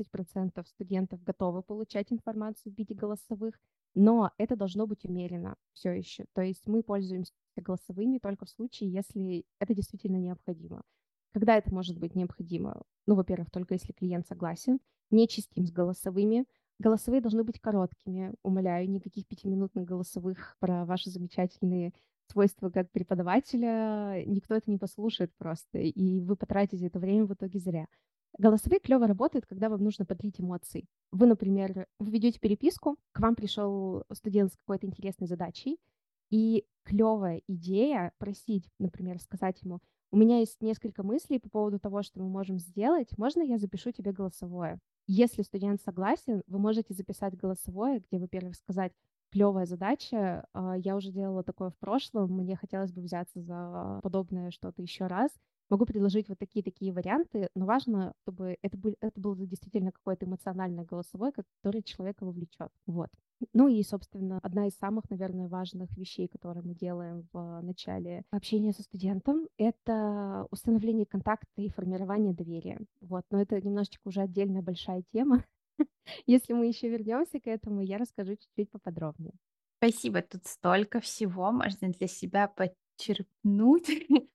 20% студентов готовы получать информацию в виде голосовых, но это должно быть умеренно все еще. То есть мы пользуемся голосовыми только в случае, если это действительно необходимо. Когда это может быть необходимо? Ну, во-первых, только если клиент согласен. Не чистим с голосовыми. Голосовые должны быть короткими. Умоляю, никаких 5-минутных голосовых про ваши замечательные свойства как преподавателя. Никто это не послушает просто, и вы потратите это время в итоге зря. Голосовые клево работают, когда вам нужно подлить эмоции. Вы, например, вы ведете переписку, к вам пришел студент с какой-то интересной задачей, и клевая идея просить, например, сказать ему, у меня есть несколько мыслей по поводу того, что мы можем сделать, можно я запишу тебе голосовое? Если студент согласен, вы можете записать голосовое, где, во-первых, сказать, клевая задача, я уже делала такое в прошлом, мне хотелось бы взяться за подобное что-то еще раз. Могу предложить вот такие варианты, но важно, чтобы это было действительно какое-то эмоциональное голосовое, которое человека вовлечет. Вот. Ну и, собственно, одна из самых, наверное, важных вещей, которые мы делаем в начале общения со студентом, это установление контакта и формирование доверия. Вот. Но это немножечко уже отдельная большая тема. Если мы еще вернемся к этому, я расскажу чуть-чуть поподробнее. Спасибо, тут столько всего можно для себя подчерпнуть.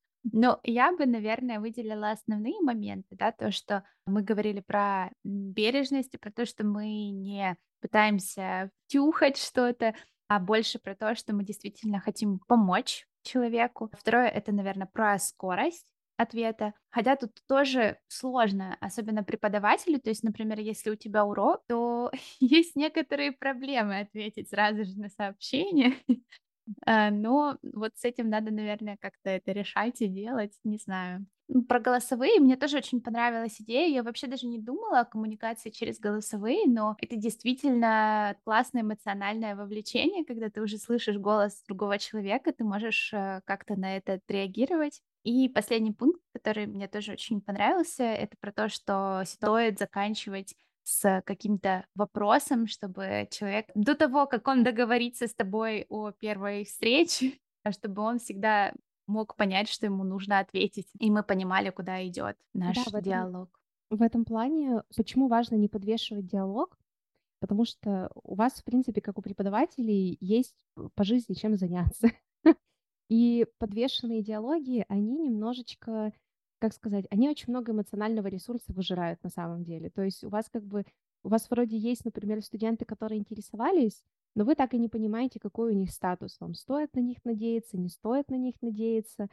Но я бы, наверное, выделила основные моменты, да, то, что мы говорили про бережность и про то, что мы не пытаемся втюхать что-то, а больше про то, что мы действительно хотим помочь человеку. Второе, это, наверное, про скорость ответа. Хотя тут тоже сложно, особенно преподавателю. То есть, например, если у тебя урок, то есть некоторые проблемы ответить сразу же на сообщение. Но вот с этим надо, наверное, как-то это решать и делать, не знаю. Про голосовые мне тоже очень понравилась идея. Я вообще даже не думала о коммуникации через голосовые, но это действительно классное эмоциональное вовлечение, когда ты уже слышишь голос другого человека, ты можешь как-то на это отреагировать. И последний пункт, который мне тоже очень понравился, это про то, что стоит заканчивать с каким-то вопросом, чтобы человек до того, как он договорится с тобой о первой встрече, чтобы он всегда мог понять, что ему нужно ответить, и мы понимали, куда идет Да, наш диалог. в этом плане, почему важно не подвешивать диалог, потому что у вас, в принципе, как у преподавателей, есть по жизни чем заняться. И подвешенные диалоги, они немножечко, как сказать, они очень много эмоционального ресурса выжирают на самом деле. То есть у вас вроде есть, например, студенты, которые интересовались, но вы так и не понимаете, какой у них статус. Вам стоит на них надеяться, не стоит на них надеяться.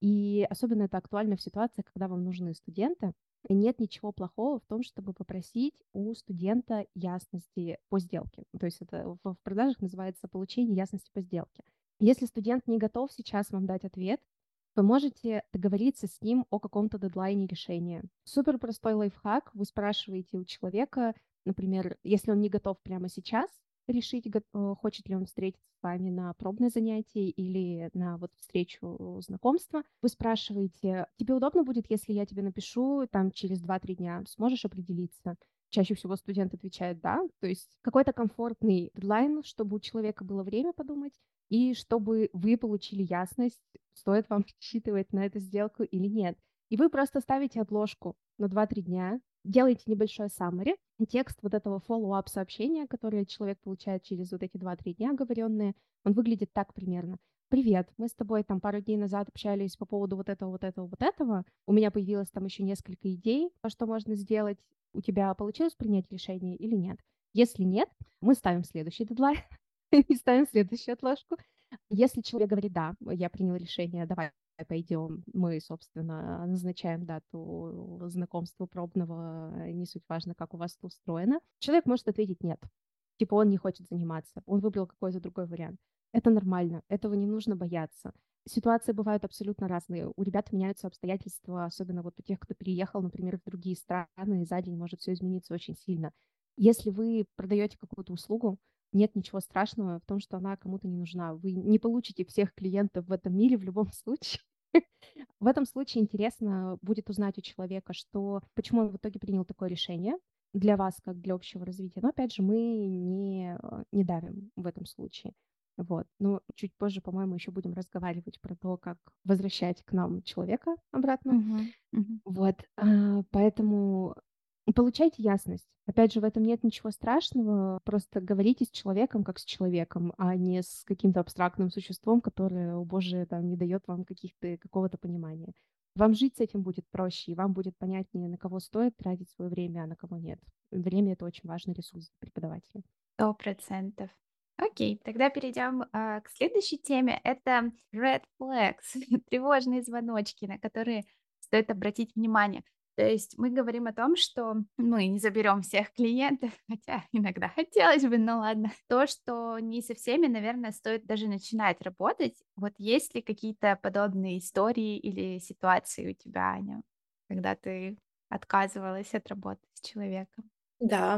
И особенно это актуально в ситуации, когда вам нужны студенты. И нет ничего плохого в том, чтобы попросить у студента ясности по сделке. То есть это в продажах называется получение ясности по сделке. Если студент не готов сейчас вам дать ответ, вы можете договориться с ним о каком-то дедлайне решения. Супер простой лайфхак. Вы спрашиваете у человека, например, если он не готов прямо сейчас решить, хочет ли он встретиться с вами на пробное занятие или на вот встречу знакомства, вы спрашиваете, тебе удобно будет, если я тебе напишу там через 2-3 дня, сможешь определиться? Чаще всего студент отвечает «да», то есть какой-то комфортный дедлайн, чтобы у человека было время подумать, и чтобы вы получили ясность, стоит вам рассчитывать на эту сделку или нет. И вы просто ставите отложку на 2-3 дня, делаете небольшое summary, текст вот этого follow-up сообщения, которое человек получает через вот эти 2-3 дня оговоренные, он выглядит так примерно. Привет, мы с тобой там пару дней назад общались по поводу вот этого, вот этого, вот этого. У меня появилось там еще несколько идей, что можно сделать. У тебя получилось принять решение или нет? Если нет, мы ставим следующий дедлайн и ставим следующую отложку. Если человек говорит, да, я принял решение, давай пойдем, мы, собственно, назначаем дату знакомства пробного, не суть важно, как у вас это устроено, человек может ответить нет. Типа он не хочет заниматься, он выбрал какой-то другой вариант. Это нормально, этого не нужно бояться. Ситуации бывают абсолютно разные. У ребят меняются обстоятельства, особенно вот у тех, кто переехал, например, в другие страны, и за день может все измениться очень сильно. Если вы продаете какую-то услугу, нет ничего страшного в том, что она кому-то не нужна. Вы не получите всех клиентов в этом мире в любом случае. В этом случае интересно будет узнать у человека, что почему он в итоге принял такое решение для вас, как для общего развития. Но опять же, мы не давим в этом случае. Вот. Но чуть позже, по-моему, еще будем разговаривать про то, как возвращать к нам человека обратно. Мгм, мгм. Вот, поэтому получайте ясность. Опять же, в этом нет ничего страшного. Просто говорите с человеком как с человеком, а не с каким-то абстрактным существом, которое, о боже, там, не дает вам какого-то понимания. Вам жить с этим будет проще, и вам будет понятнее, на кого стоит тратить свое время, а на кого нет. Время — это очень важный ресурс для преподавателя. 100%. Окей, тогда перейдем к следующей теме. Это red flags, тревожные звоночки, на которые стоит обратить внимание. То есть мы говорим о том, что мы не заберем всех клиентов, хотя иногда хотелось бы, но ладно. То, что не со всеми, наверное, стоит даже начинать работать. Вот есть ли какие-то подобные истории или ситуации у тебя, Аня, когда ты отказывалась от работы с человеком? Да,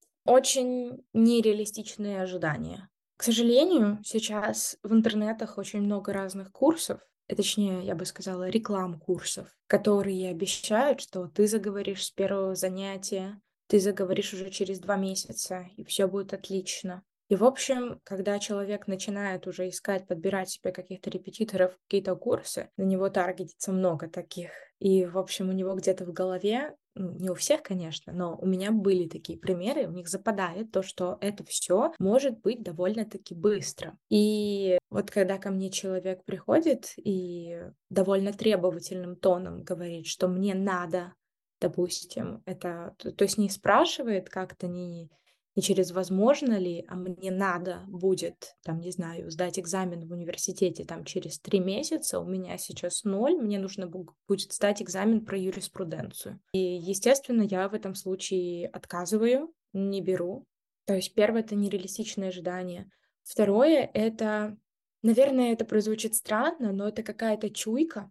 очень нереалистичные ожидания. К сожалению, сейчас в интернетах очень много разных курсов, точнее, я бы сказала, реклам курсов, которые обещают, что ты заговоришь с первого занятия, ты заговоришь уже через 2 месяца, и все будет отлично. И, в общем, когда человек начинает уже искать, подбирать себе каких-то репетиторов, какие-то курсы, на него таргетится много таких. И, в общем, у него где-то в голове, ну, не у всех, конечно, но у меня были такие примеры, у них западает то, что это все может быть довольно-таки быстро. И вот когда ко мне человек приходит и довольно требовательным тоном говорит, что мне надо, допустим, это, то есть не спрашивает как-то, не через возможно ли, а мне надо будет, там, не знаю, сдать экзамен в университете там через 3 месяца, у меня сейчас 0, мне нужно будет сдать экзамен про юриспруденцию. И, естественно, я в этом случае отказываю, не беру. То есть первое — это нереалистичное ожидание. Второе — это, наверное, это прозвучит странно, но это какая-то чуйка.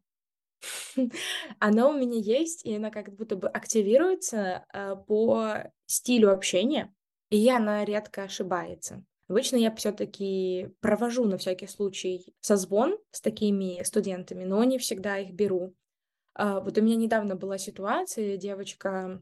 Она у меня есть, и она как будто бы активируется по стилю общения, и она редко ошибается. Обычно я все-таки провожу на всякий случай созвон с такими студентами, но не всегда их беру. Вот у меня недавно была ситуация, девочка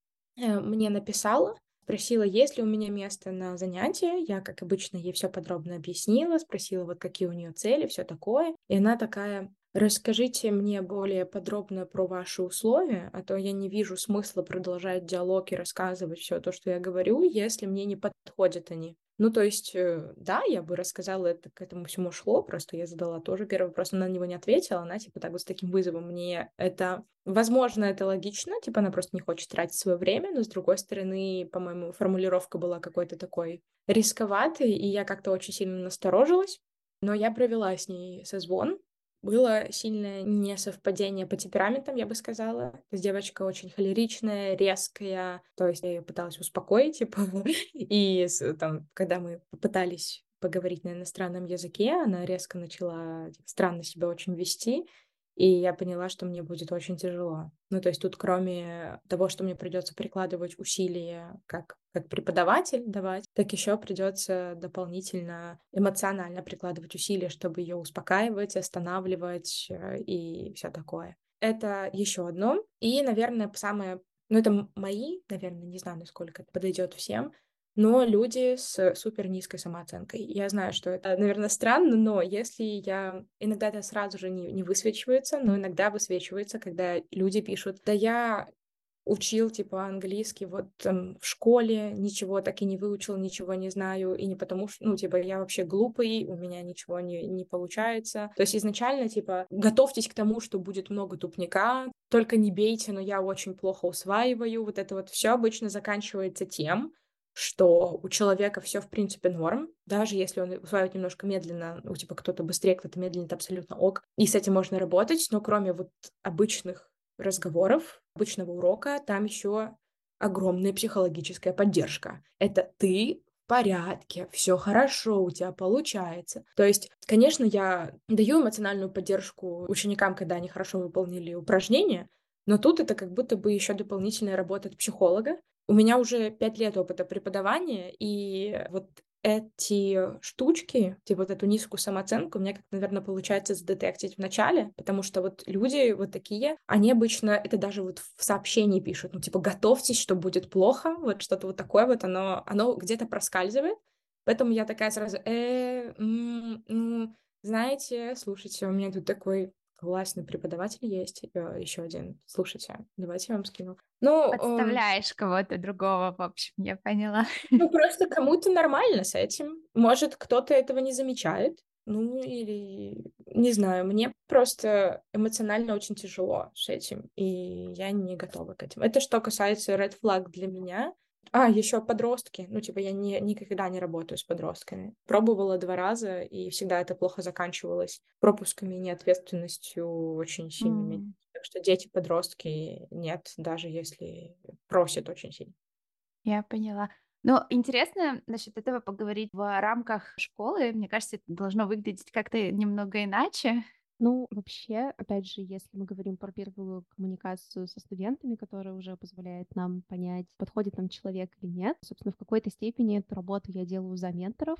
мне написала, спросила, есть ли у меня место на занятие. Я, как обычно, ей все подробно объяснила, спросила, вот какие у нее цели, все такое. И она такая: расскажите мне более подробно про ваши условия, а то я не вижу смысла продолжать диалог и рассказывать все то, что я говорю, если мне не подходят они. Ну, то есть, да, я бы рассказала, это к этому всему шло, просто я задала тоже первый вопрос, она на него не ответила, она, типа, так вот с таким вызовом мне это... Возможно, это логично, типа, она просто не хочет тратить свое время, но, с другой стороны, по-моему, формулировка была какой-то такой рисковатой, и я как-то очень сильно насторожилась, но я провела с ней созвон. Было сильное несовпадение по темпераментам, я бы сказала. То есть девочка очень холеричная, резкая. То есть я ее пыталась успокоить, типа. И там, когда мы попытались поговорить на иностранном языке, она резко начала типа, странно себя очень вести. И я поняла, что мне будет очень тяжело. Ну, то есть тут кроме того, что мне придется прикладывать усилия как преподаватель давать, так еще придется дополнительно эмоционально прикладывать усилия, чтобы ее успокаивать, останавливать и все такое. Это еще одно. И, наверное, самое... Ну, это мои, наверное, не знаю, насколько это подойдет всем, но люди с супер низкой самооценкой. Я знаю, что это, наверное, странно, но если я... Иногда это сразу же не высвечивается, но иногда высвечивается, когда люди пишут: да я учил, типа, английский вот в школе, ничего так и не выучил, ничего не знаю, и не потому что, ну, типа, я вообще глупый, у меня ничего не получается. То есть изначально, типа, готовьтесь к тому, что будет много тупника, только не бейте, но я очень плохо усваиваю. Вот это вот все обычно заканчивается тем, что у человека все в принципе норм, даже если он усваивает немножко медленно, ну, типа, кто-то быстрее, кто-то медленнее, это абсолютно ок. И с этим можно работать, но кроме вот обычных разговоров, обычного урока, там еще огромная психологическая поддержка. Это ты в порядке, все хорошо у тебя получается. То есть, конечно, я даю эмоциональную поддержку ученикам, когда они хорошо выполнили упражнения, но тут это как будто бы еще дополнительная работа от психолога. У меня уже 5 лет опыта преподавания, и вот эти штучки, типа вот эту низкую самооценку, мне как, наверное, получается задетектить в начале, потому что вот люди вот такие, они обычно это даже вот в сообщении пишут, ну, типа, готовьтесь, что будет плохо, вот что-то вот такое вот, оно где-то проскальзывает, поэтому я такая сразу, знаете, слушайте, у меня тут такой классный преподаватель есть, еще один, слушайте, давайте я вам скину. Подставляешь кого-то другого, в общем, я поняла. Просто кому-то нормально с этим. Может, кто-то этого не замечает. Ну, или не знаю, мне просто эмоционально очень тяжело с этим, и я не готова к этому. Это что касается red flag для меня. Еще подростки. Ну, типа, я никогда не работаю с подростками. Пробовала 2 раза, и всегда это плохо заканчивалось пропусками и неответственностью очень сильными. М, Так что дети, подростки нет, даже если просят очень сильно. Я поняла. Но интересно насчет этого поговорить в рамках школы. Мне кажется, это должно выглядеть как-то немного иначе. Ну, вообще, опять же, если мы говорим про первую коммуникацию со студентами, которая уже позволяет нам понять, подходит нам человек или нет, собственно, в какой-то степени эту работу я делаю за менторов,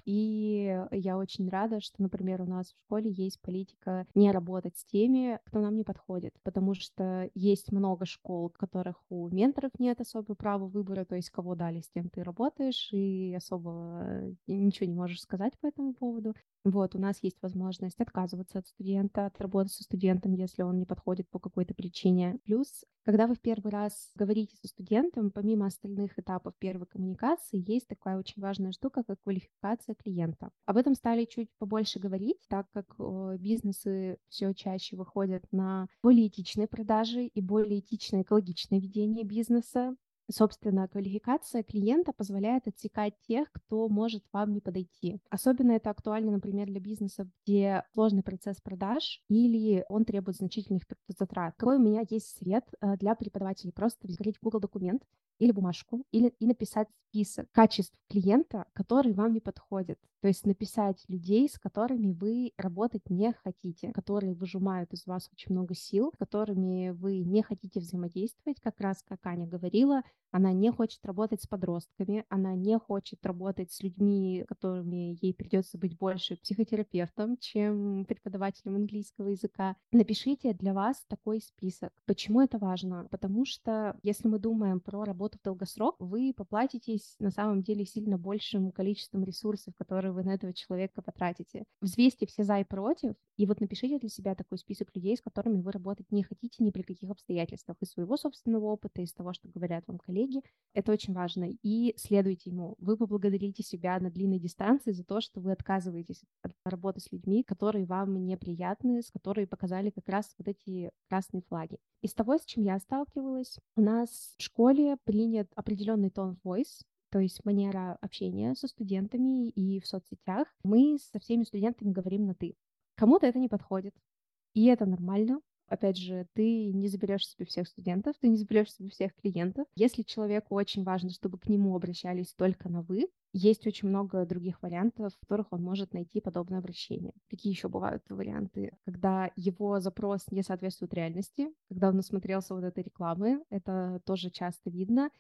и я очень рада, что, например, у нас в школе есть политика не работать с теми, кто нам не подходит, потому что есть много школ, в которых у менторов нет особого права выбора, то есть кого дали, с тем ты работаешь, и особо ничего не можешь сказать по этому поводу. Вот, у нас есть возможность отказываться от студента, от работы со студентом, если он не подходит по какой-то причине. Плюс, когда вы в первый раз говорите со студентом, помимо остальных этапов первой коммуникации, есть такая очень важная штука, как квалификация клиента. Об этом стали чуть побольше говорить, так как бизнесы все чаще выходят на более этичные продажи и более этичное экологичное ведение бизнеса. Собственно, квалификация клиента позволяет отсекать тех, кто может вам не подойти. Особенно это актуально, например, для бизнесов, где сложный процесс продаж или он требует значительных затрат. Какой у меня есть совет для преподавателей? Просто взять Google документ или бумажку, и написать список качеств клиента, которые вам не подходят. То есть написать людей, с которыми вы работать не хотите, которые выжимают из вас очень много сил, с которыми вы не хотите взаимодействовать, как раз как Аня говорила, она не хочет работать с подростками, она не хочет работать с людьми, которыми ей придется быть больше психотерапевтом, чем преподавателем английского языка. Напишите для вас такой список. Почему это важно? Потому что если мы думаем про работу в долгосрок, вы поплатитесь на самом деле сильно большим количеством ресурсов, которые вы на этого человека потратите. Взвесьте все за и против, и вот напишите для себя такой список людей, с которыми вы работать не хотите ни при каких обстоятельствах, из своего собственного опыта, из того, что говорят вам коллеги. Это очень важно. И следуйте ему. Вы поблагодарите себя на длинной дистанции за то, что вы отказываетесь от работы с людьми, которые вам неприятны, с которыми показали как раз вот эти красные флаги. Из того, с чем я сталкивалась, у нас в школе принят определенный тон voice, то есть манера общения со студентами и в соцсетях. Мы со всеми студентами говорим на «ты». Кому-то это не подходит, и это нормально. Опять же, ты не заберешь себе всех студентов, ты не заберешь себе всех клиентов. Если человеку очень важно, чтобы к нему обращались только на «вы», есть очень много других вариантов, в которых он может найти подобное обращение. Какие еще бывают варианты? Когда его запрос не соответствует реальности, когда он насмотрелся вот этой рекламы, это тоже часто видно.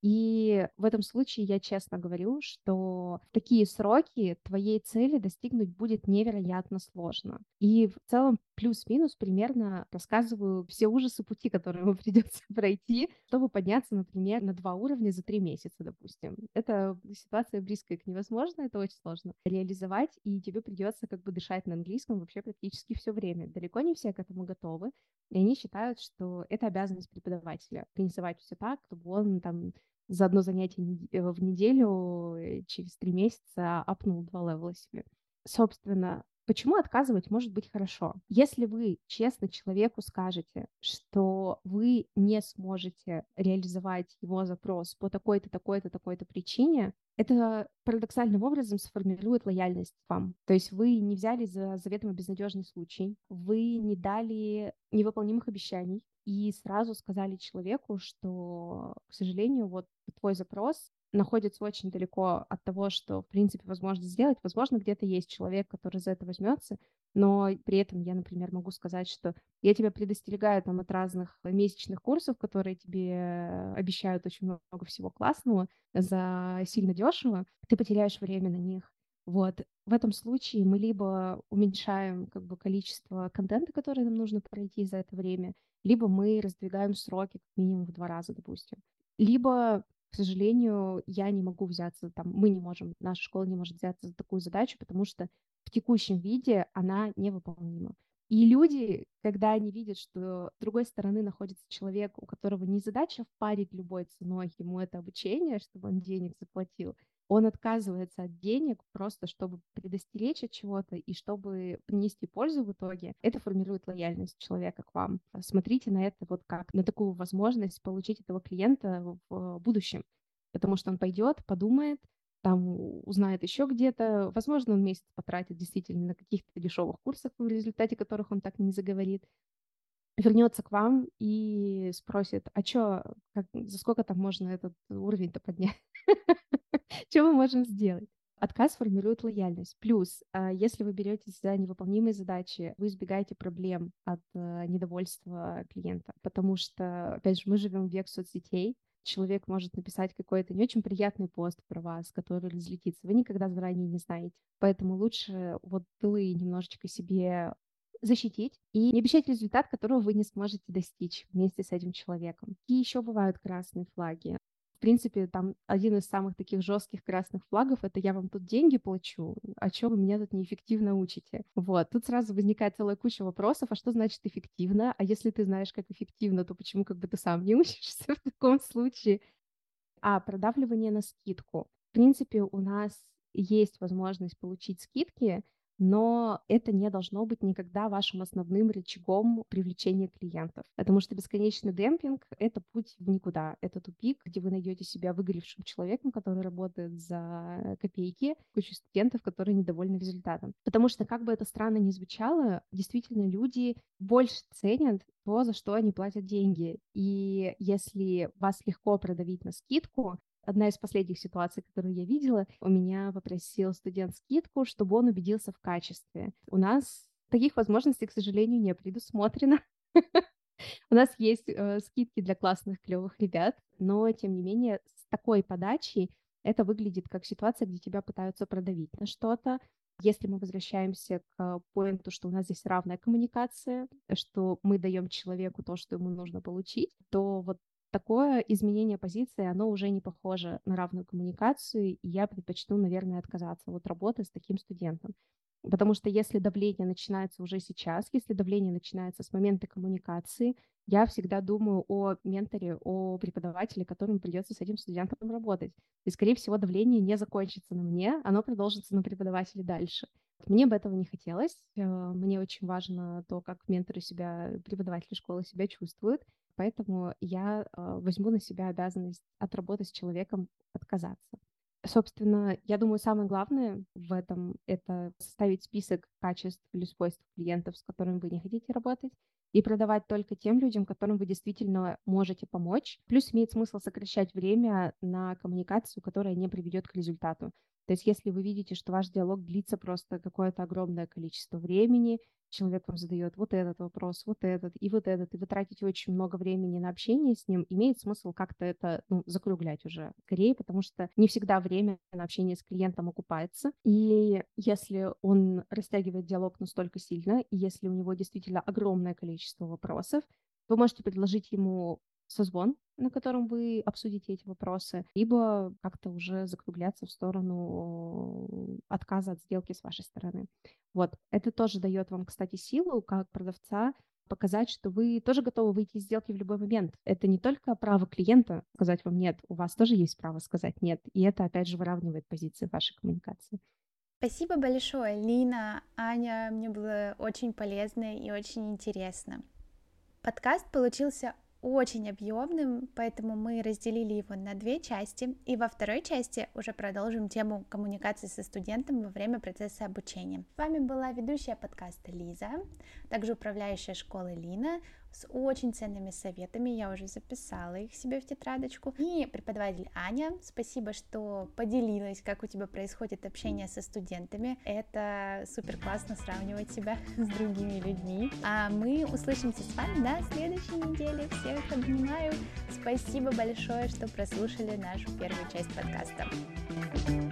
И в этом случае я честно говорю, что в такие сроки твоей цели достигнуть будет невероятно сложно. И в целом плюс-минус примерно рассказываю все ужасы пути, которые ему придется пройти, чтобы подняться, например, на 2 уровня за 3 месяца, допустим. Это ситуация близкая к невозможной, это очень сложно реализовать, и тебе придется как бы дышать на английском вообще практически все время. Далеко не все к этому готовы, и они считают, что это обязанность преподавателя организовать все так, чтобы он там за одно занятие в неделю через 3 месяца апнул 2 левела себе. Собственно, почему отказывать может быть хорошо? Если вы честно человеку скажете, что вы не сможете реализовать его запрос по такой-то, такой-то, такой-то причине, это парадоксальным образом сформирует лояльность к вам. То есть вы не взяли за заведомо безнадежный случай, вы не дали невыполнимых обещаний и сразу сказали человеку, что, к сожалению, вот твой запрос находится очень далеко от того, что, в принципе, возможно сделать. Возможно, где-то есть человек, который за это возьмется, но при этом я, например, могу сказать, что я тебя предостерегаю там от разных месячных курсов, которые тебе обещают очень много всего классного за сильно дешево. Ты потеряешь время на них. Вот. В этом случае мы либо уменьшаем как бы количество контента, который нам нужно пройти за это время, либо мы раздвигаем сроки как минимум в 2 раза, допустим. Либо, к сожалению, я не могу взяться, там, мы не можем, наша школа не может взяться за такую задачу, потому что в текущем виде она невыполнима. И люди, когда они видят, что с другой стороны находится человек, у которого не задача впарить любой ценой ему это обучение, чтобы он денег заплатил, он отказывается от денег просто, чтобы предостеречь от чего-то и чтобы принести пользу в итоге. Это формирует лояльность человека к вам. Смотрите на это вот как на такую возможность получить этого клиента в будущем, потому что он пойдет, подумает, там узнает еще где-то. Возможно, он месяц потратит действительно на каких-то дешевых курсах, в результате которых он так и не заговорит. Вернется к вам и спросит, а что, за сколько там можно этот уровень-то поднять? Что мы можем сделать? Отказ формирует лояльность. Плюс, если вы беретесь за невыполнимые задачи, вы избегаете проблем от недовольства клиента. Потому что, опять же, мы живем в век соцсетей. Человек может написать какой-то не очень приятный пост про вас, который разлетится. Вы никогда заранее не знаете. Поэтому лучше вот тылы немножечко себе защитить и не обещать результат, которого вы не сможете достичь вместе с этим человеком. И еще бывают красные флаги. В принципе, там один из самых таких жестких красных флагов — это я вам тут деньги плачу, а что вы меня тут неэффективно учите? Вот, тут сразу возникает целая куча вопросов, а что значит эффективно? А если ты знаешь, как эффективно, то почему как бы ты сам не учишься в таком случае? Продавливание на скидку. В принципе, у нас есть возможность получить скидки, но это не должно быть никогда вашим основным рычагом привлечения клиентов. Потому что бесконечный демпинг — это путь в никуда. Это тупик, где вы найдете себя выгоревшим человеком, который работает за копейки, кучу студентов, которые недовольны результатом. Потому что, как бы это странно ни звучало, действительно люди больше ценят то, за что они платят деньги. И если вас легко продавить на скидку, одна из последних ситуаций, которую я видела, у меня попросил студент скидку, чтобы он убедился в качестве. У нас таких возможностей, к сожалению, не предусмотрено. У нас есть скидки для классных, клевых ребят, но, тем не менее, с такой подачей это выглядит как ситуация, где тебя пытаются продавить на что-то. Если мы возвращаемся к поинту, что у нас здесь равная коммуникация, что мы даем человеку то, что ему нужно получить, то вот такое изменение позиции, оно уже не похоже на равную коммуникацию, и я предпочту, наверное, отказаться от работы с таким студентом. Потому что если давление начинается уже сейчас, если давление начинается с момента коммуникации, я всегда думаю о менторе, о преподавателе, которому придется с этим студентом работать. И, скорее всего, давление не закончится на мне, оно продолжится на преподавателе дальше. Мне бы этого не хотелось. Мне очень важно то, как менторы себя, преподаватели школы себя чувствуют. Поэтому я возьму на себя обязанность от работы с человеком отказаться. Собственно, я думаю, самое главное в этом — это составить список качеств или свойств клиентов, с которыми вы не хотите работать, и продавать только тем людям, которым вы действительно можете помочь. Плюс имеет смысл сокращать время на коммуникацию, которая не приведет к результату. То есть если вы видите, что ваш диалог длится просто какое-то огромное количество времени, человек вам задает вот этот вопрос, вот этот, и вы тратите очень много времени на общение с ним, имеет смысл как-то это закруглять уже скорее, потому что не всегда время на общение с клиентом окупается. И если он растягивает диалог настолько сильно, и если у него действительно огромное количество вопросов, вы можете предложить ему созвон, на котором вы обсудите эти вопросы, либо как-то уже закругляться в сторону отказа от сделки с вашей стороны. Вот, это тоже дает вам, кстати, силу как продавца показать, что вы тоже готовы выйти из сделки в любой момент. Это не только право клиента сказать вам «нет», у вас тоже есть право сказать «нет», и это, опять же, выравнивает позиции вашей коммуникации. Спасибо большое, Лина, Аня, мне было очень полезно и очень интересно. Подкаст получился очень объемным, поэтому мы разделили его на 2 части, и во второй части уже продолжим тему коммуникации со студентом во время процесса обучения. С вами была ведущая подкаста Лиза, также управляющая школы Лина, с очень ценными советами, я уже записала их себе в тетрадочку, и преподаватель Аня, спасибо, что поделилась, как у тебя происходит общение со студентами, это супер классно сравнивать себя с другими людьми, а мы услышимся с вами на следующей неделе, всех обнимаю, спасибо большое, что прослушали нашу первую часть подкаста.